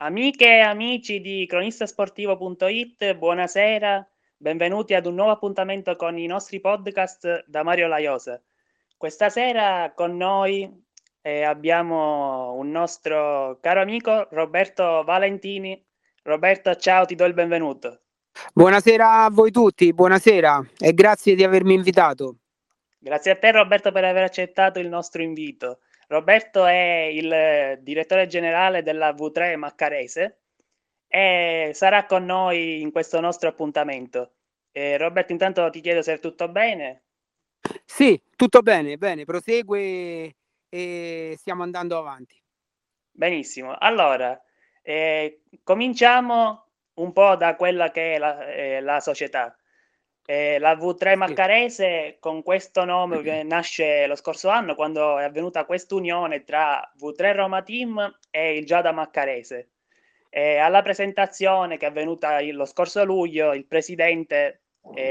Amiche e amici di cronistasportivo.it, buonasera, benvenuti ad un nuovo appuntamento con i nostri podcast da Mario Laiosa. Questa sera con noi abbiamo un nostro caro amico Roberto Valentini. Roberto, ciao, ti do il benvenuto. Buonasera a voi tutti, buonasera e grazie di avermi invitato. Grazie a te Roberto per aver accettato il nostro invito. Roberto è il direttore generale della V3 Maccarese e sarà con noi in questo nostro appuntamento. Roberto, intanto ti chiedo se è tutto bene. Sì, tutto bene, bene, prosegue e stiamo andando avanti. Benissimo. Allora, cominciamo un po' da quella che è la società. La V3 Sì, Maccarese con questo nome nasce lo scorso anno quando è avvenuta quest'unione tra V3 Roma Team e il Giada Maccarese. Alla presentazione che è avvenuta lo scorso luglio, il presidente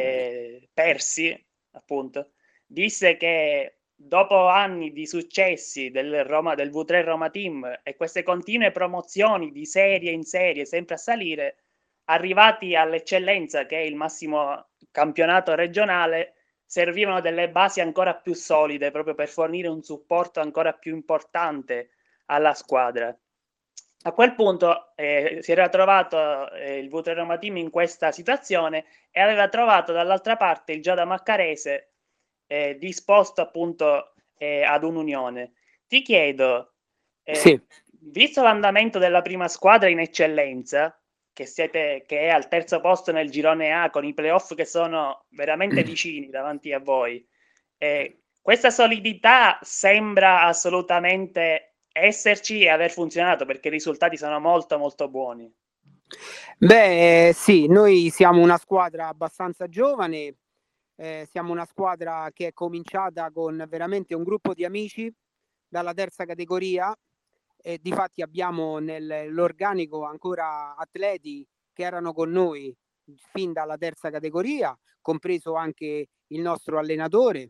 Persi, appunto, disse che dopo anni di successi del V3 Roma Team e queste continue promozioni di serie in serie, sempre a salire, arrivati all'eccellenza, che è il massimo campionato regionale, servivano delle basi ancora più solide proprio per fornire un supporto ancora più importante alla squadra. A quel punto si era trovato il V3 Roma Team in questa situazione e aveva trovato dall'altra parte il Giada Maccarese disposto appunto ad un'unione. Ti chiedo, sì. visto l'andamento della prima squadra in eccellenza, che è al terzo posto nel girone A con i playoff che sono veramente vicini davanti a voi, questa solidità sembra assolutamente esserci e aver funzionato perché i risultati sono molto molto buoni. Beh, sì, noi siamo una squadra abbastanza giovane, siamo una squadra che è cominciata con veramente un gruppo di amici dalla terza categoria e difatti abbiamo nell'organico ancora atleti che erano con noi fin dalla terza categoria, compreso anche il nostro allenatore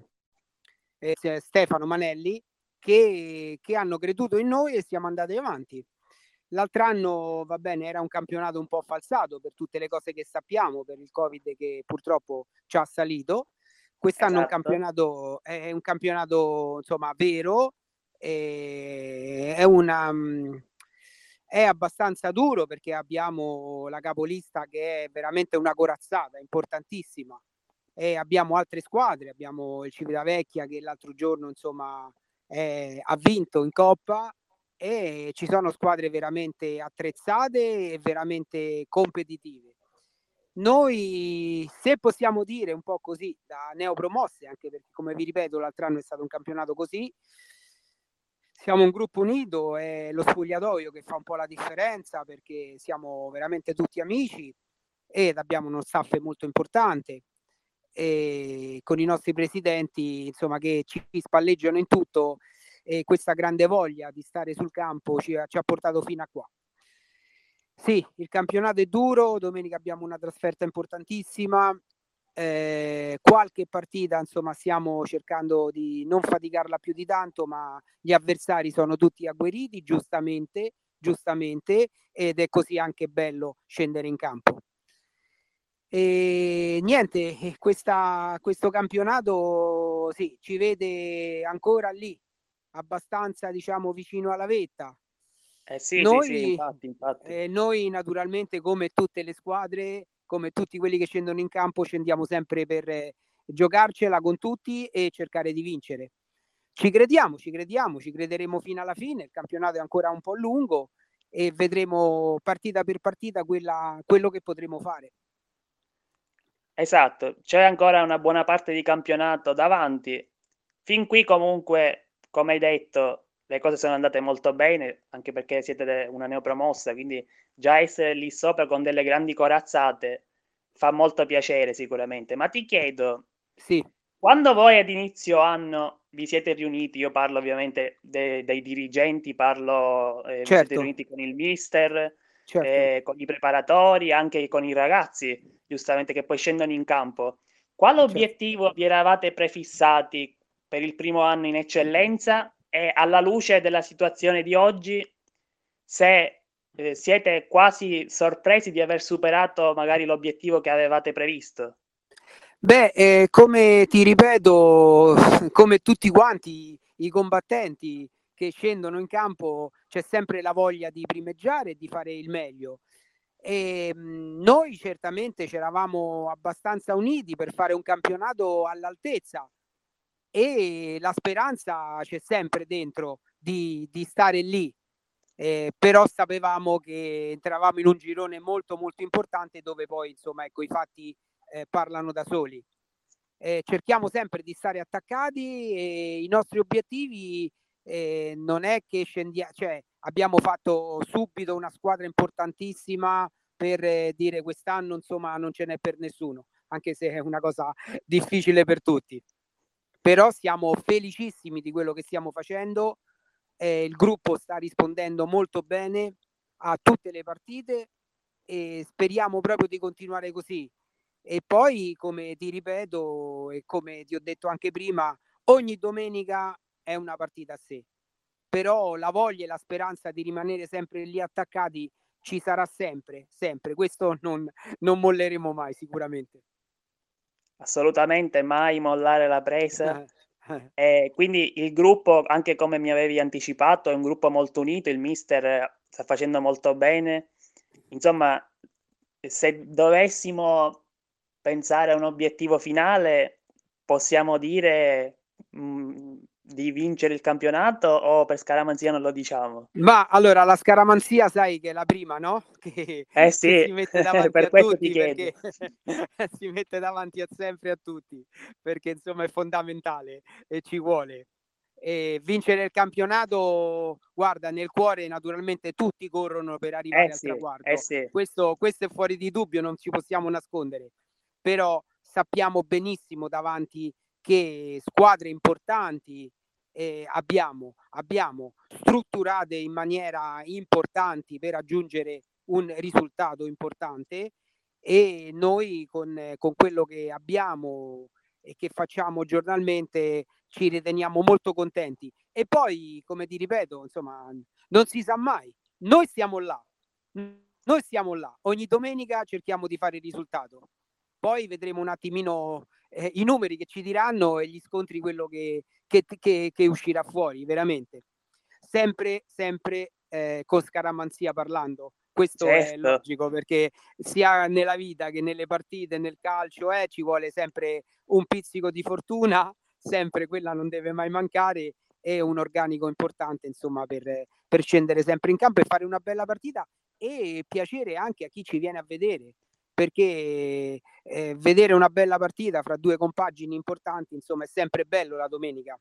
Stefano Manelli, che hanno creduto in noi e siamo andati avanti. L'altro anno, va bene, era un campionato un po' falsato per tutte le cose che sappiamo, per il Covid che purtroppo ci ha salito. Quest'anno Esatto. è un campionato insomma vero, è è abbastanza duro perché abbiamo la capolista che è veramente una corazzata, importantissima. E abbiamo altre squadre, abbiamo il Civitavecchia che l'altro giorno insomma ha vinto in Coppa e ci sono squadre veramente attrezzate e veramente competitive. Noi, se possiamo dire un po' così, da neopromosse, anche perché come vi ripeto l'altro anno è stato un campionato così, siamo un gruppo unito, è lo spogliatoio che fa un po' la differenza perché siamo veramente tutti amici ed abbiamo uno staff molto importante e con i nostri presidenti insomma che ci spalleggiano in tutto e questa grande voglia di stare sul campo ci ha portato fino a qua. Sì, il campionato è duro, domenica abbiamo una trasferta importantissima, qualche partita insomma stiamo cercando di non faticarla più di tanto, ma gli avversari sono tutti agguerriti, giustamente, ed è così anche bello scendere in campo. E niente, questo campionato sì, ci vede ancora lì, abbastanza diciamo vicino alla vetta. Sì, sì, sì, Noi, infatti. noi naturalmente come tutte le squadre, come tutti quelli che scendono in campo, scendiamo sempre per giocarcela con tutti e cercare di vincere. Ci crederemo fino alla fine, il campionato è ancora un po' lungo e vedremo partita per partita quello che potremo fare. Esatto, c'è ancora una buona parte di campionato davanti. Fin qui comunque, come hai detto, le cose sono andate molto bene, anche perché siete una neopromossa, quindi già essere lì sopra con delle grandi corazzate fa molto piacere sicuramente. Ma ti chiedo, Sì, quando voi ad inizio anno vi siete riuniti, io parlo ovviamente dei dirigenti, parlo, vi siete certo, riuniti con il mister, certo. con i preparatori, anche con i ragazzi, giustamente, che poi scendono in campo. Quale Certo. obiettivo vi eravate prefissati per il primo anno in eccellenza e alla luce della situazione di oggi, se siete quasi sorpresi di aver superato magari l'obiettivo che avevate previsto? Beh, come ti ripeto, come tutti quanti i combattenti che scendono in campo, c'è sempre la voglia di primeggiare e di fare il meglio. Noi certamente c'eravamo abbastanza uniti per fare un campionato all'altezza e la speranza c'è sempre dentro di stare lì. Però sapevamo che entravamo in un girone molto molto importante dove poi insomma ecco i fatti parlano da soli. Cerchiamo sempre di stare attaccati e i nostri obiettivi non è che scendiamo, cioè abbiamo fatto subito una squadra importantissima per dire quest'anno insomma non ce n'è per nessuno, anche se è una cosa difficile per tutti. Però siamo felicissimi di quello che stiamo facendo, il gruppo sta rispondendo molto bene a tutte le partite e speriamo proprio di continuare così. E poi, come ti ripeto e come ti ho detto anche prima, ogni domenica è una partita a sé. Però la voglia e la speranza di rimanere sempre lì attaccati ci sarà sempre, sempre. Questo non molleremo mai sicuramente. Assolutamente mai mollare la presa. Quindi il gruppo, anche come mi avevi anticipato, è un gruppo molto unito, il mister sta facendo molto bene. Insomma, se dovessimo pensare a un obiettivo finale, possiamo dire, di vincere il campionato o per scaramanzia non lo diciamo? Ma allora la scaramanzia sai che è la prima, no? Eh Che sì, si mette davanti per a questo ti tutti chiedo. perché si mette davanti a sempre a tutti, perché insomma è fondamentale e ci vuole. E vincere il campionato, guarda, nel cuore naturalmente tutti corrono per Eh arrivare al sì, eh traguardo. sì. Questo è fuori di dubbio, non ci possiamo nascondere. Però sappiamo benissimo davanti che squadre importanti abbiamo strutturate in maniera importanti per raggiungere un risultato importante e noi con quello che abbiamo e che facciamo giornalmente ci riteniamo molto contenti. E poi, come ti ripeto, insomma, non si sa mai. Noi stiamo là. Noi stiamo là. Ogni domenica cerchiamo di fare il risultato. Poi vedremo un attimino i numeri che ci diranno e gli scontri quello che uscirà fuori, veramente. Sempre, sempre con scaramanzia parlando. Questo è Certo. logico perché sia nella vita che nelle partite, nel calcio, ci vuole sempre un pizzico di fortuna, sempre quella non deve mai mancare e un organico importante insomma per scendere sempre in campo e fare una bella partita e piacere anche a chi ci viene a vedere perché vedere una bella partita fra due compagini importanti insomma è sempre bello la domenica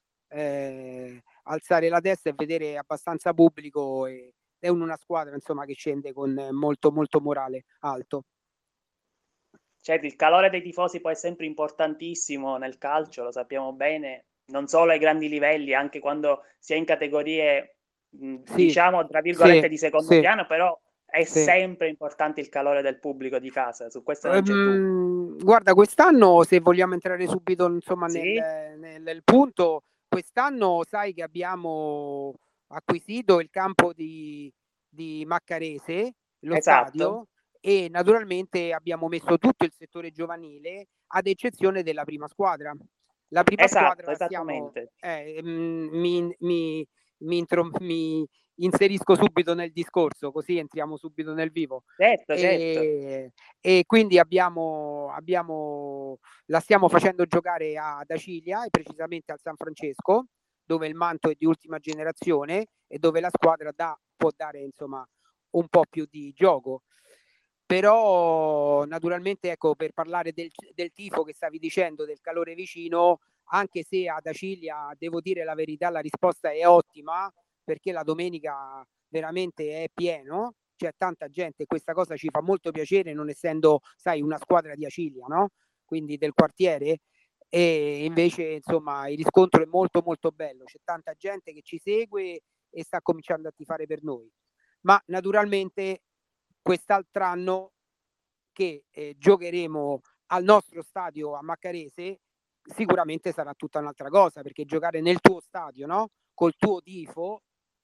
alzare la testa e vedere abbastanza pubblico e è una squadra insomma che scende con molto molto morale alto. Certo, il calore dei tifosi poi è sempre importantissimo nel calcio, lo sappiamo bene, non solo ai grandi livelli, anche quando si è in categorie, Sì, diciamo, tra sì, virgolette, "di secondo sì, piano", però è sì. sempre importante il calore del pubblico di casa, su questo non c'è dubbio. Guarda, quest'anno, se vogliamo entrare subito, insomma, Sì, nel punto, quest'anno sai che abbiamo acquisito il campo di Maccarese, lo esatto, stadio, e naturalmente abbiamo messo tutto il settore giovanile, ad eccezione della prima squadra. La prima esatto, squadra siamo, esattamente. mi inserisco subito nel discorso, così entriamo subito nel vivo. Certo, certo. E, e quindi la stiamo facendo giocare ad Acilia e precisamente al San Francesco, dove il manto è di ultima generazione e dove la squadra può dare insomma un po' più di gioco. Però naturalmente ecco per parlare del tifo che stavi dicendo, del calore vicino, anche se ad Acilia devo dire la verità, la risposta è ottima perché la domenica veramente è pieno, c'è tanta gente e questa cosa ci fa molto piacere non essendo, sai, una squadra di Acilia, no? Quindi del quartiere e invece insomma il riscontro è molto molto bello, c'è tanta gente che ci segue e sta cominciando a tifare per noi. Ma naturalmente quest'altro anno che giocheremo al nostro stadio a Maccarese sicuramente sarà tutta un'altra cosa perché giocare nel tuo stadio, no? Col tuo tifo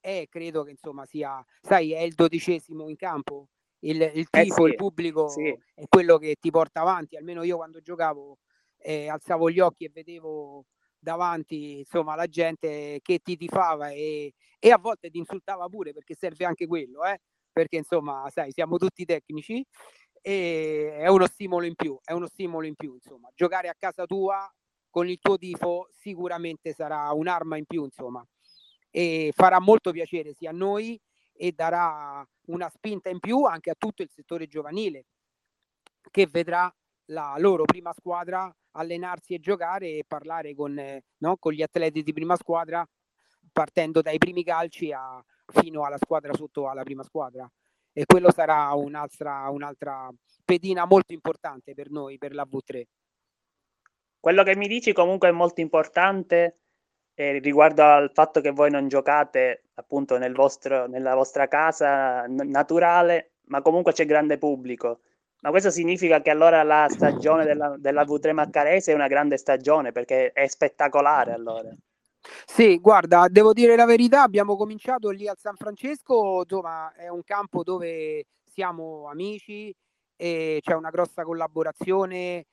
e credo che insomma sia, sai, è il 12° in campo, il tifo, il Sì, pubblico sì. è quello che ti porta avanti. Almeno io quando giocavo alzavo gli occhi e vedevo davanti insomma la gente che ti tifava e a volte ti insultava pure, perché serve anche quello, perché insomma sai, siamo tutti tecnici e è uno stimolo in più, insomma. Giocare a casa tua con il tuo tifo sicuramente sarà un'arma in più, insomma, e farà molto piacere sia a noi e darà una spinta in più anche a tutto il settore giovanile, che vedrà la loro prima squadra allenarsi e giocare e parlare con gli atleti di prima squadra, partendo dai primi calci fino alla squadra sotto alla prima squadra. E quello sarà un'altra pedina molto importante per noi, per la V3. Quello che mi dici comunque è molto importante, riguardo al fatto che voi non giocate appunto nella vostra casa naturale, ma comunque c'è grande pubblico. Ma questo significa che allora la stagione della V3 Maccarese è una grande stagione, perché è spettacolare allora. Sì, guarda, devo dire la verità, abbiamo cominciato lì al San Francesco, insomma, è un campo dove siamo amici e c'è una grossa collaborazione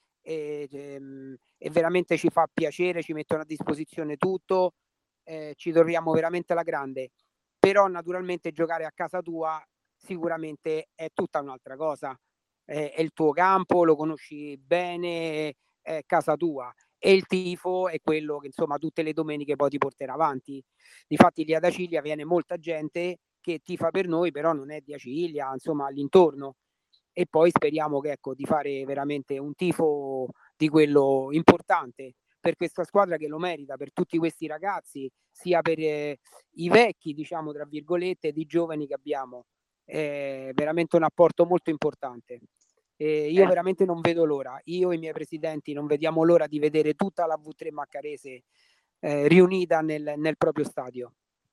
e veramente ci fa piacere, ci mettono a disposizione tutto, ci troviamo veramente alla grande. Però naturalmente giocare a casa tua sicuramente è tutta un'altra cosa. È il tuo campo, lo conosci bene, è casa tua. E il tifo è quello che insomma tutte le domeniche poi ti porterà avanti. Difatti lì ad Acilia viene molta gente che tifa per noi, però non è di Acilia, insomma all'intorno. E poi speriamo che, ecco, di fare veramente un tifo di quello importante per questa squadra che lo merita, per tutti questi ragazzi, sia per i vecchi, diciamo, tra virgolette, di giovani che abbiamo. È veramente un apporto molto importante. Io veramente non vedo l'ora, io e i miei presidenti non vediamo l'ora di vedere tutta la V3 Maccarese riunita nel proprio stadio.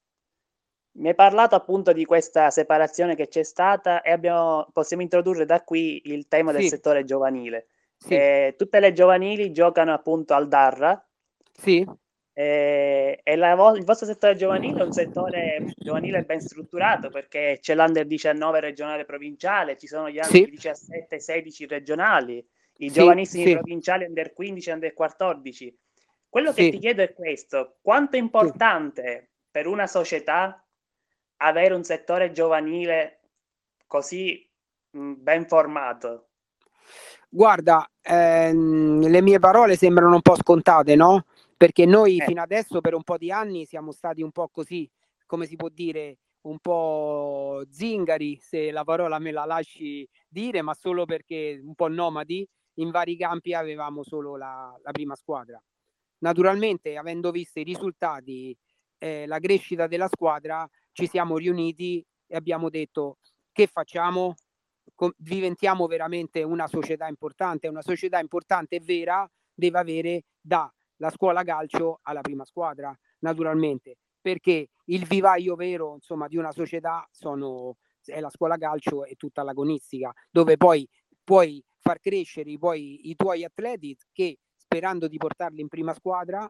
Mi hai parlato appunto di questa separazione che c'è stata e possiamo introdurre da qui il tema del Sì, settore giovanile. sì, Tutte le giovanili giocano appunto al Darra, sì, e il vostro settore giovanile è un settore giovanile ben strutturato, perché c'è l'Under 19 regionale provinciale, ci sono gli sì, Under 17 16 regionali, i sì, giovanissimi sì, provinciali Under 15 Under 14. Quello che sì, ti chiedo è questo: quanto è sì. importante per una società avere un settore giovanile così ben formato? Guarda, le mie parole sembrano un po' scontate, no? Perché noi Eh, fino adesso per un po' di anni siamo stati un po' così, come si può dire, un po' zingari, se la parola me la lasci dire, ma solo perché un po' nomadi, in vari campi avevamo solo la prima squadra. Naturalmente, avendo visto i risultati, la crescita della squadra, ci siamo riuniti e abbiamo detto: che facciamo? Diventiamo veramente una società importante e vera deve avere dalla scuola calcio alla prima squadra, naturalmente, perché il vivaio vero insomma di una società è la scuola calcio e tutta l'agonistica, dove poi puoi far crescere i tuoi atleti, che sperando di portarli in prima squadra,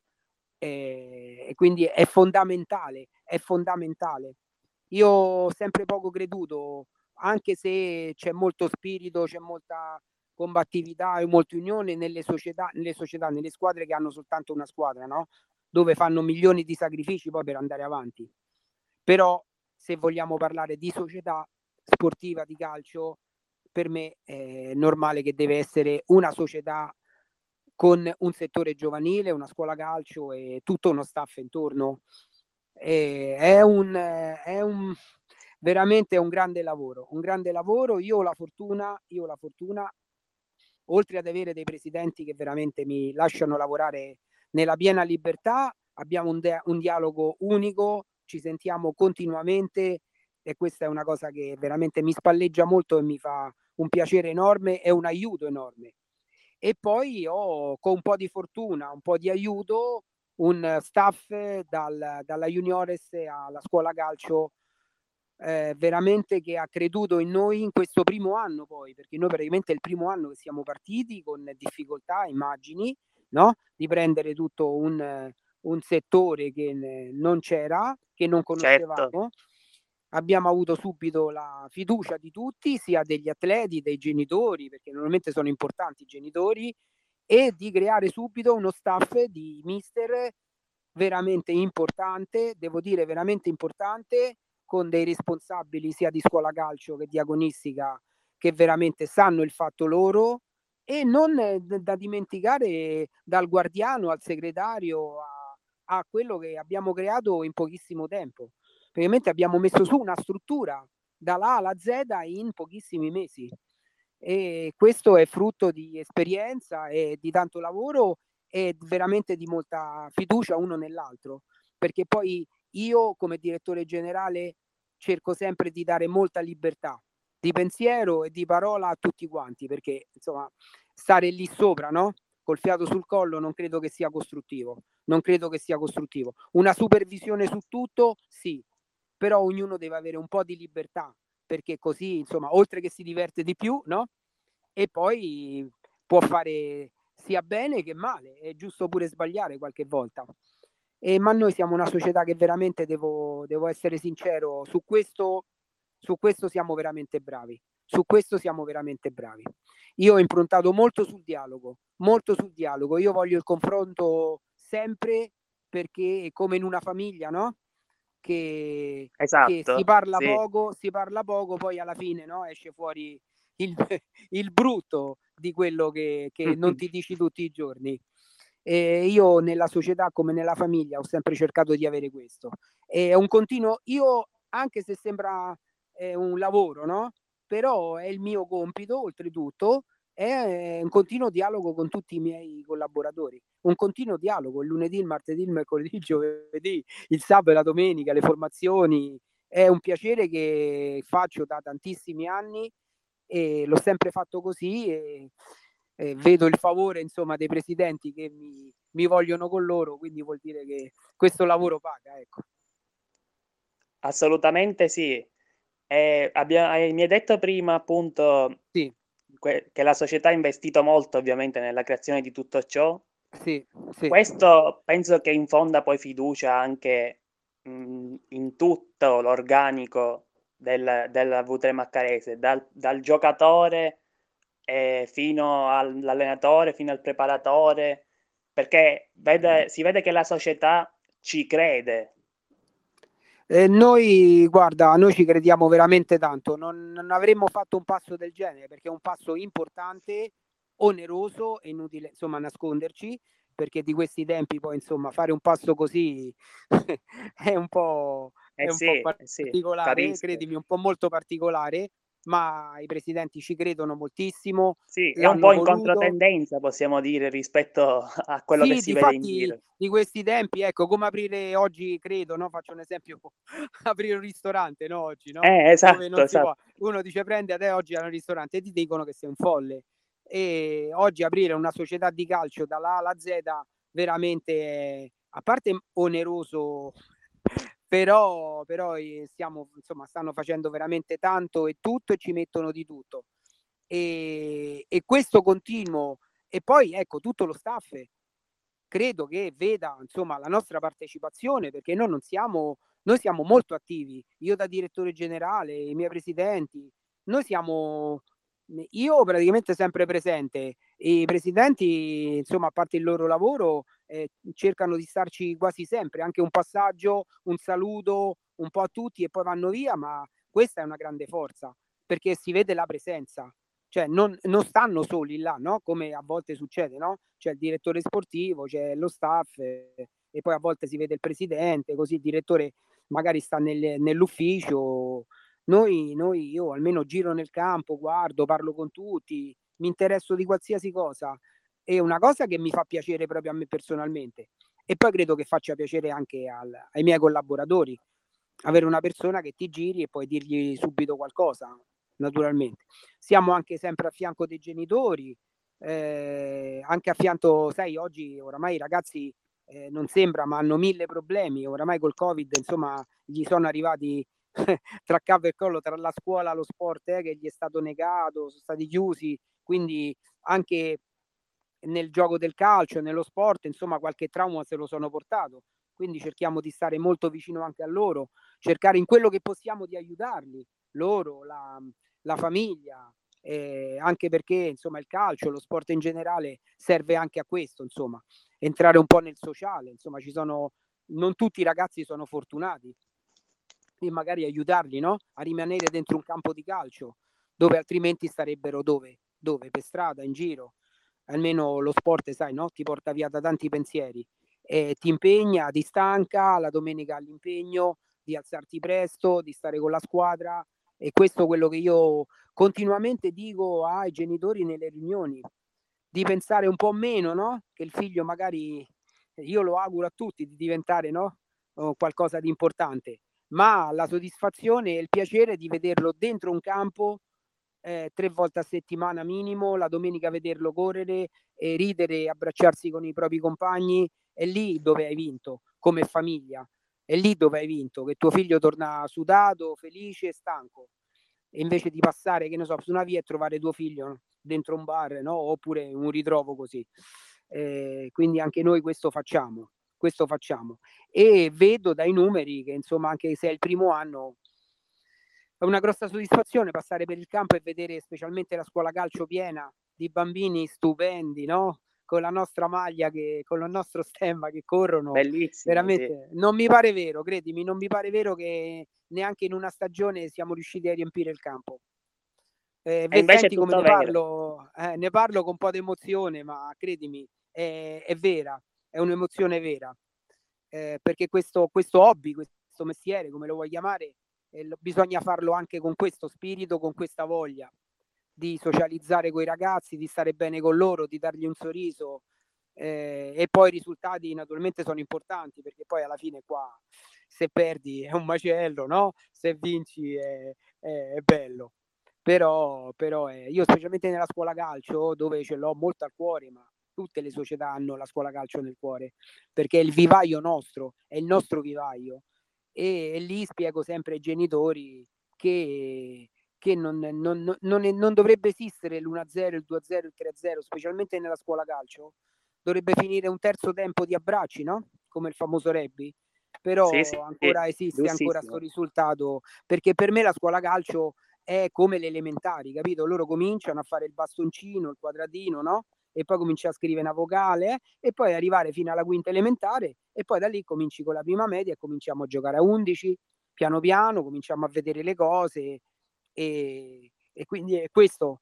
e quindi è fondamentale, è fondamentale. Io ho sempre poco creduto, anche se c'è molto spirito, c'è molta combattività e molta unione nelle squadre che hanno soltanto una squadra, no? Dove fanno milioni di sacrifici poi per andare avanti. Però se vogliamo parlare di società sportiva di calcio, per me è normale che deve essere una società con un settore giovanile, una scuola calcio e tutto uno staff intorno. È un veramente un grande lavoro, un grande lavoro. Io ho la fortuna, oltre ad avere dei presidenti che veramente mi lasciano lavorare nella piena libertà, abbiamo un dialogo unico, ci sentiamo continuamente e questa è una cosa che veramente mi spalleggia molto e mi fa un piacere enorme e un aiuto enorme. E poi ho, con un po' di fortuna, un po' di aiuto, un staff dalla juniores alla scuola calcio veramente che ha creduto in noi in questo primo anno, poi perché noi praticamente è il primo anno che siamo partiti con difficoltà, immagini, no? Di prendere tutto un settore che non c'era, che non certo, conoscevamo. Abbiamo avuto subito la fiducia di tutti, sia degli atleti, dei genitori, perché normalmente sono importanti i genitori, e di creare subito uno staff di mister veramente importante, devo dire veramente importante, con dei responsabili sia di scuola calcio che di agonistica che veramente sanno il fatto loro, e non da dimenticare dal guardiano al segretario a quello che abbiamo creato in pochissimo tempo. Praticamente abbiamo messo su una struttura dalla A alla Z in pochissimi mesi, e questo è frutto di esperienza e di tanto lavoro e veramente di molta fiducia uno nell'altro, perché poi io come direttore generale cerco sempre di dare molta libertà di pensiero e di parola a tutti quanti, perché insomma stare lì sopra, no? Col fiato sul collo non credo che sia costruttivo, non credo che sia costruttivo. Una supervisione su tutto, sì, però ognuno deve avere un po' di libertà, perché così, insomma, oltre che si diverte di più, no? E poi può fare sia bene che male, è giusto pure sbagliare qualche volta. Ma noi siamo una società che veramente, devo essere sincero, su questo siamo veramente bravi. Su questo siamo veramente bravi. Io ho improntato molto sul dialogo, molto sul dialogo. Io voglio il confronto sempre, perché come in una famiglia, no? Che esatto, sì. si parla poco, poi alla fine, no? Esce fuori il, il brutto di quello che non ti dici tutti i giorni. E io nella società come nella famiglia ho sempre cercato di avere questo. È un continuo, io anche se sembra un lavoro, no? Però è il mio compito, oltretutto, è un continuo dialogo con tutti i miei collaboratori, un continuo dialogo il lunedì, il martedì, il mercoledì, il giovedì, il sabato e la domenica, le formazioni. È un piacere che faccio da tantissimi anni e l'ho sempre fatto così, e vedo il favore, insomma, dei presidenti che mi vogliono con loro, quindi vuol dire che questo lavoro paga, ecco. Assolutamente sì. Mi hai detto prima appunto Sì, che la società ha investito molto ovviamente nella creazione di tutto ciò. sì, sì. Questo penso che infonda poi fiducia anche, in tutto l'organico della V3 Maccarese, dal giocatore, fino all'allenatore, fino al preparatore, perché si vede che la società ci crede. Noi, guarda, noi ci crediamo veramente tanto, non avremmo fatto un passo del genere perché è un passo importante, oneroso, è inutile insomma nasconderci, perché di questi tempi poi insomma fare un passo così è un po' Eh sì, particolare, capisco. credimi, un po' molto particolare, ma i presidenti ci credono moltissimo, Sì, è un l'hanno po' in voluto. controtendenza possiamo dire rispetto a quello che Sì, si vede in difatti giro. di questi tempi, ecco, come aprire oggi, credo, no? Faccio un esempio, aprire un ristorante, no? Oggi, no? Dove Esatto, non si può. esatto. Uno dice prendi a te oggi al ristorante e ti dicono che sei un folle. E oggi aprire una società di calcio dalla A alla Z veramente, a parte oneroso, però stiamo, insomma, stanno facendo veramente tanto e tutto e ci mettono di tutto. E questo continuo, e poi ecco tutto lo staff credo che veda insomma la nostra partecipazione, perché noi siamo molto attivi, io da direttore generale, i miei presidenti, noi siamo, io praticamente sempre presente, i presidenti insomma a parte il loro lavoro cercano di starci quasi sempre, anche un passaggio, un saluto un po' a tutti e poi vanno via, ma questa è una grande forza perché si vede la presenza, cioè non stanno soli là, no? Come a volte succede, no? C'è il direttore sportivo, c'è lo staff e poi a volte si vede il presidente, così il direttore magari sta nell'ufficio. Io almeno giro nel campo, guardo, parlo con tutti, mi interesso di qualsiasi cosa. È una cosa che mi fa piacere proprio a me personalmente. E poi credo che faccia piacere anche ai miei collaboratori, avere una persona che ti giri e puoi dirgli subito qualcosa, naturalmente. Siamo anche sempre a fianco dei genitori, anche a fianco, sai, oggi oramai i ragazzi non sembra, ma hanno mille problemi. Oramai col Covid, insomma, gli sono arrivati tra capo e collo, tra la scuola e lo sport che gli è stato negato, sono stati chiusi, quindi anche nel gioco del calcio, nello sport, insomma qualche trauma se lo sono portato, quindi cerchiamo di stare molto vicino anche a loro, cercare in quello che possiamo di aiutarli, loro, la famiglia, anche perché insomma il calcio, lo sport in generale serve anche a questo, insomma, entrare un po' nel sociale, insomma non tutti i ragazzi sono fortunati e magari aiutarli, no? A rimanere dentro un campo di calcio, dove altrimenti starebbero dove? Per strada, in giro. Almeno lo sport, sai, no? Ti porta via da tanti pensieri. Ti impegna, ti stanca, la domenica all'impegno, di alzarti presto, di stare con la squadra. E questo è quello che io continuamente dico ai genitori nelle riunioni, di pensare un po' meno, no? Che il figlio magari, io lo auguro a tutti di diventare, no? Qualcosa di importante, ma la soddisfazione e il piacere di vederlo dentro un campo 3 volte a settimana minimo, la domenica vederlo correre e ridere e abbracciarsi con i propri compagni, è lì dove hai vinto come famiglia, è lì dove hai vinto, che tuo figlio torna sudato, felice e stanco, e invece di passare, che ne so, su una via e trovare tuo figlio dentro un bar, no? Oppure un ritrovo così. Quindi anche noi questo facciamo e vedo dai numeri che insomma anche se è il primo anno è una grossa soddisfazione passare per il campo e vedere specialmente la scuola calcio piena di bambini stupendi, no? Con la nostra maglia, con il nostro stemma che corrono. Bellissimo, veramente sì. non mi pare vero, credimi, non mi pare vero che neanche in una stagione siamo riusciti a riempire il campo. E invece è Senti come tutto vero. ne parlo con un po' di emozione, ma credimi, è vera, è un'emozione vera. Perché questo hobby, questo mestiere, come lo vuoi chiamare, bisogna farlo anche con questo spirito, con questa voglia di socializzare con i ragazzi, di stare bene con loro, di dargli un sorriso. E poi i risultati naturalmente sono importanti, perché poi alla fine qua se perdi è un macello, no? Se vinci è bello. Però io specialmente nella scuola calcio, dove ce l'ho molto al cuore, ma tutte le società hanno la scuola calcio nel cuore, perché è il vivaio nostro, è il nostro vivaio. E lì spiego sempre ai genitori che non dovrebbe esistere l'1-0, il 2-0, il 3-0, specialmente nella scuola calcio. Dovrebbe finire un terzo tempo di abbracci, no? Come il famoso rugby. Sì, Però sì, ancora esiste ancora questo giustissimo. risultato, perché per me la scuola calcio è come le elementari, capito? Loro cominciano a fare il bastoncino, il quadratino, no? E poi cominci a scrivere una vocale e poi arrivare fino alla quinta elementare e poi da lì cominci con la prima media e cominciamo a giocare a 11, piano piano cominciamo a vedere le cose e quindi è questo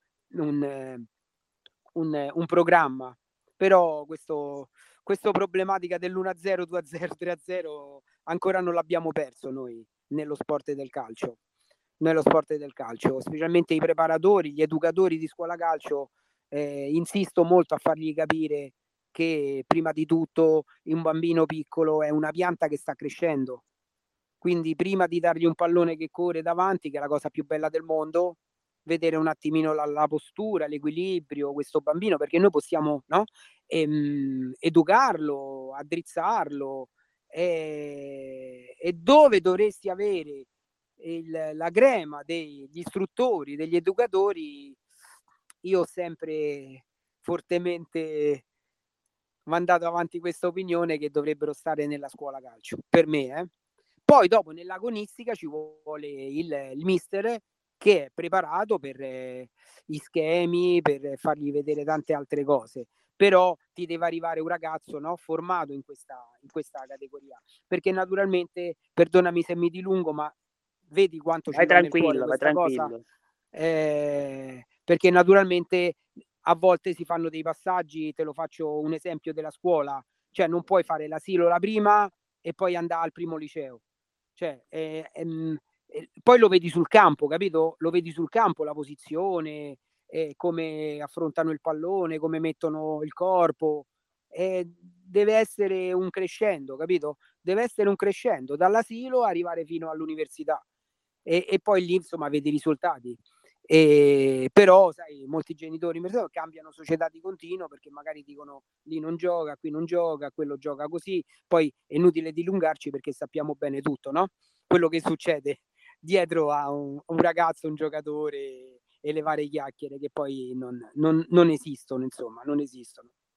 un programma. Però questa problematica dell'1-0, 2-0, 3-0 ancora non l'abbiamo perso noi nello sport del calcio. Specialmente i preparatori, gli educatori di scuola calcio, insisto molto a fargli capire che prima di tutto un bambino piccolo è una pianta che sta crescendo. Quindi prima di dargli un pallone che corre davanti, che è la cosa più bella del mondo, vedere un attimino la postura, l'equilibrio, questo bambino, perché noi possiamo, no? Educarlo, addrizzarlo, e dove dovresti avere la crema degli istruttori, degli educatori, io ho sempre fortemente mandato avanti questa opinione che dovrebbero stare nella scuola calcio, per me. Poi dopo nell'agonistica ci vuole il mister che è preparato per gli schemi, per fargli vedere tante altre cose. Però ti deve arrivare un ragazzo, no, formato in questa categoria. Perché naturalmente, perdonami se mi dilungo, ma vedi quanto ce l'ho nel cuore Vai questa cosa? tranquillo. Perché naturalmente a volte si fanno dei passaggi, te lo faccio un esempio della scuola, cioè non puoi fare l'asilo la prima e poi andare al primo liceo. Cioè, poi lo vedi sul campo, capito? Lo vedi sul campo, la posizione, come affrontano il pallone, come mettono il corpo. Deve essere un crescendo, capito? Deve essere un crescendo, dall'asilo arrivare fino all'università. E poi lì, insomma, vedi i risultati. Però sai, molti genitori cambiano società di continuo perché magari dicono lì non gioca, qui non gioca, quello gioca così. Poi è inutile dilungarci perché sappiamo bene tutto, no? Quello che succede dietro a un ragazzo, un giocatore, e le varie chiacchiere che poi non esistono, insomma, non esistono.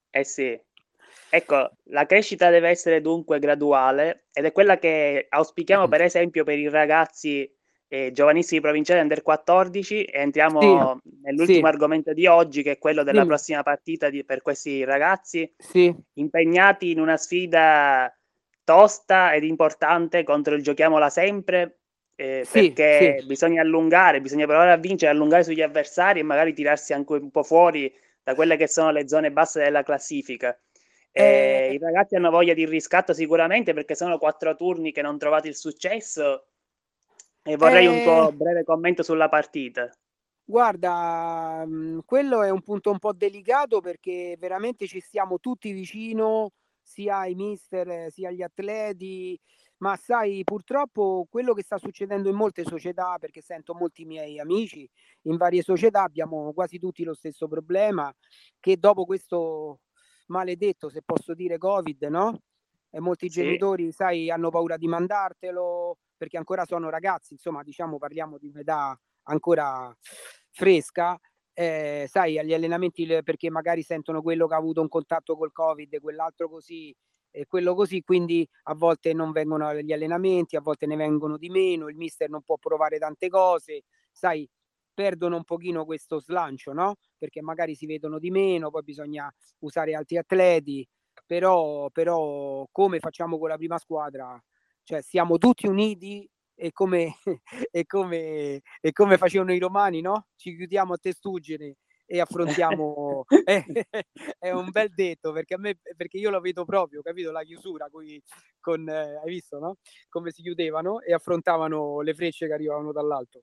Eh sì. Ecco, la crescita deve essere dunque graduale ed è quella che auspichiamo per esempio per i ragazzi giovanissimi provinciali under 14 e Sì, entriamo sì, nell'ultimo argomento di oggi che è quello della dimmi. prossima partita per questi ragazzi Sì, impegnati in una sfida tosta ed importante contro il Giochiamola Sempre sì, sì. perché bisogna allungare, bisogna provare a vincere, allungare sugli avversari e magari tirarsi anche un po' fuori da quelle che sono le zone basse della classifica. Eh, I ragazzi hanno voglia di riscatto sicuramente perché sono 4 turni che non trovate il successo e vorrei un eh, tuo breve commento sulla partita. Guarda, quello è un punto un po' delicato perché veramente ci stiamo tutti vicino, sia i mister, sia gli atleti, ma sai, purtroppo quello che sta succedendo in molte società, perché sento molti miei amici in varie società, abbiamo quasi tutti lo stesso problema, che dopo questo maledetto, se posso dire, Covid, no? E molti Sì, genitori, sai, hanno paura di mandartelo perché ancora sono ragazzi, insomma, diciamo, parliamo di un'età ancora fresca, sai, agli allenamenti perché magari sentono quello che ha avuto un contatto col Covid, quell'altro così e quello così, quindi a volte non vengono agli allenamenti, a volte ne vengono di meno, il mister non può provare tante cose, sai, perdono un pochino questo slancio, no? Perché magari si vedono di meno, poi bisogna usare altri atleti, però come facciamo con la prima squadra? Cioè siamo tutti uniti e come e come facevano i romani, no, ci chiudiamo a testuggine e affrontiamo è un bel detto perché a me perché io lo vedo proprio, capito, la chiusura con hai visto, no, come si chiudevano e affrontavano le frecce che arrivavano dall'alto.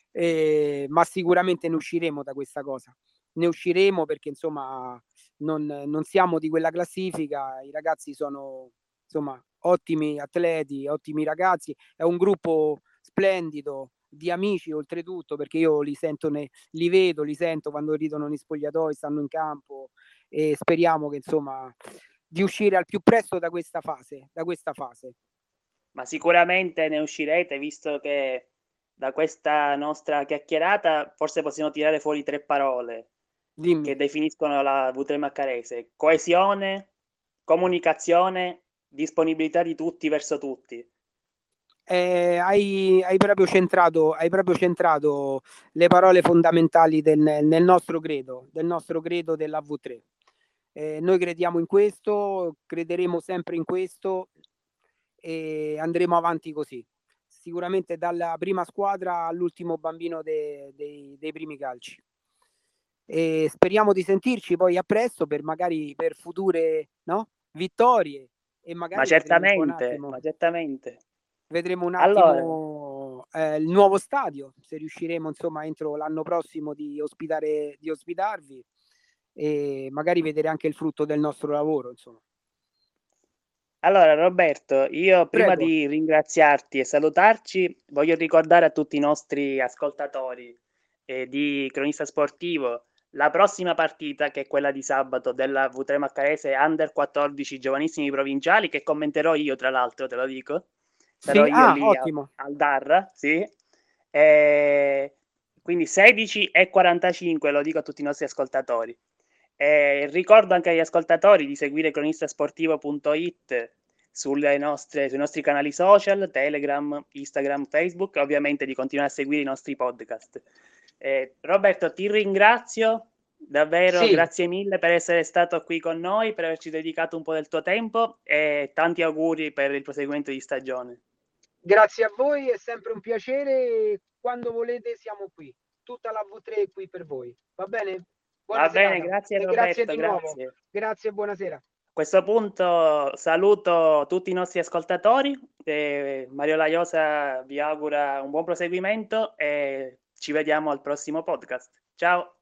Ma sicuramente ne usciremo da questa cosa. Ne usciremo perché insomma non siamo di quella classifica, i ragazzi sono insomma ottimi atleti, ottimi ragazzi, è un gruppo splendido di amici oltretutto perché io li sento, li vedo, li sento quando ridono negli spogliatoi, stanno in campo e speriamo che insomma di uscire al più presto da questa fase, da questa fase. ma sicuramente ne uscirete visto che da questa nostra chiacchierata forse possiamo tirare fuori 3 parole che Dimmi. definiscono la V3 Maccarese: coesione, comunicazione, disponibilità di tutti verso tutti. Hai proprio centrato le parole fondamentali nel nostro credo della V3. Noi crediamo in questo, crederemo sempre in questo e andremo avanti così. Sicuramente dalla prima squadra all'ultimo bambino dei primi calci. E speriamo di sentirci poi a presto per magari per future, no? Vittorie e Ma magari certamente, ma certamente. vedremo un Allora, attimo il nuovo stadio, se riusciremo insomma entro l'anno prossimo di ospitarvi e magari vedere anche il frutto del nostro lavoro, insomma. allora Roberto, io prima Prego. di ringraziarti e salutarci, voglio ricordare a tutti i nostri ascoltatori di Cronista Sportivo la prossima partita, che è quella di sabato della V3 Maccarese Under 14 Giovanissimi Provinciali, che commenterò io, tra l'altro, te lo dico. Sarò Sì, io lì ottimo. al DAR, sì. E quindi 16:45, lo dico a tutti i nostri ascoltatori. Ricordo anche agli ascoltatori di seguire cronistasportivo.it sui nostri canali social, Telegram, Instagram, Facebook, e ovviamente di continuare a seguire i nostri podcast. Roberto, ti ringrazio davvero, Sì, grazie mille per essere stato qui con noi, per averci dedicato un po' del tuo tempo e tanti auguri per il proseguimento di stagione. grazie a voi, è sempre un piacere. Quando volete siamo qui. Tutta la V3 è qui per voi. Va bene? Buona Va bene, serata grazie e grazie Roberto, di nuovo. grazie. Grazie e buonasera. A questo punto saluto tutti i nostri ascoltatori, Mario Laiosa vi augura un buon proseguimento e ci vediamo al prossimo podcast. Ciao!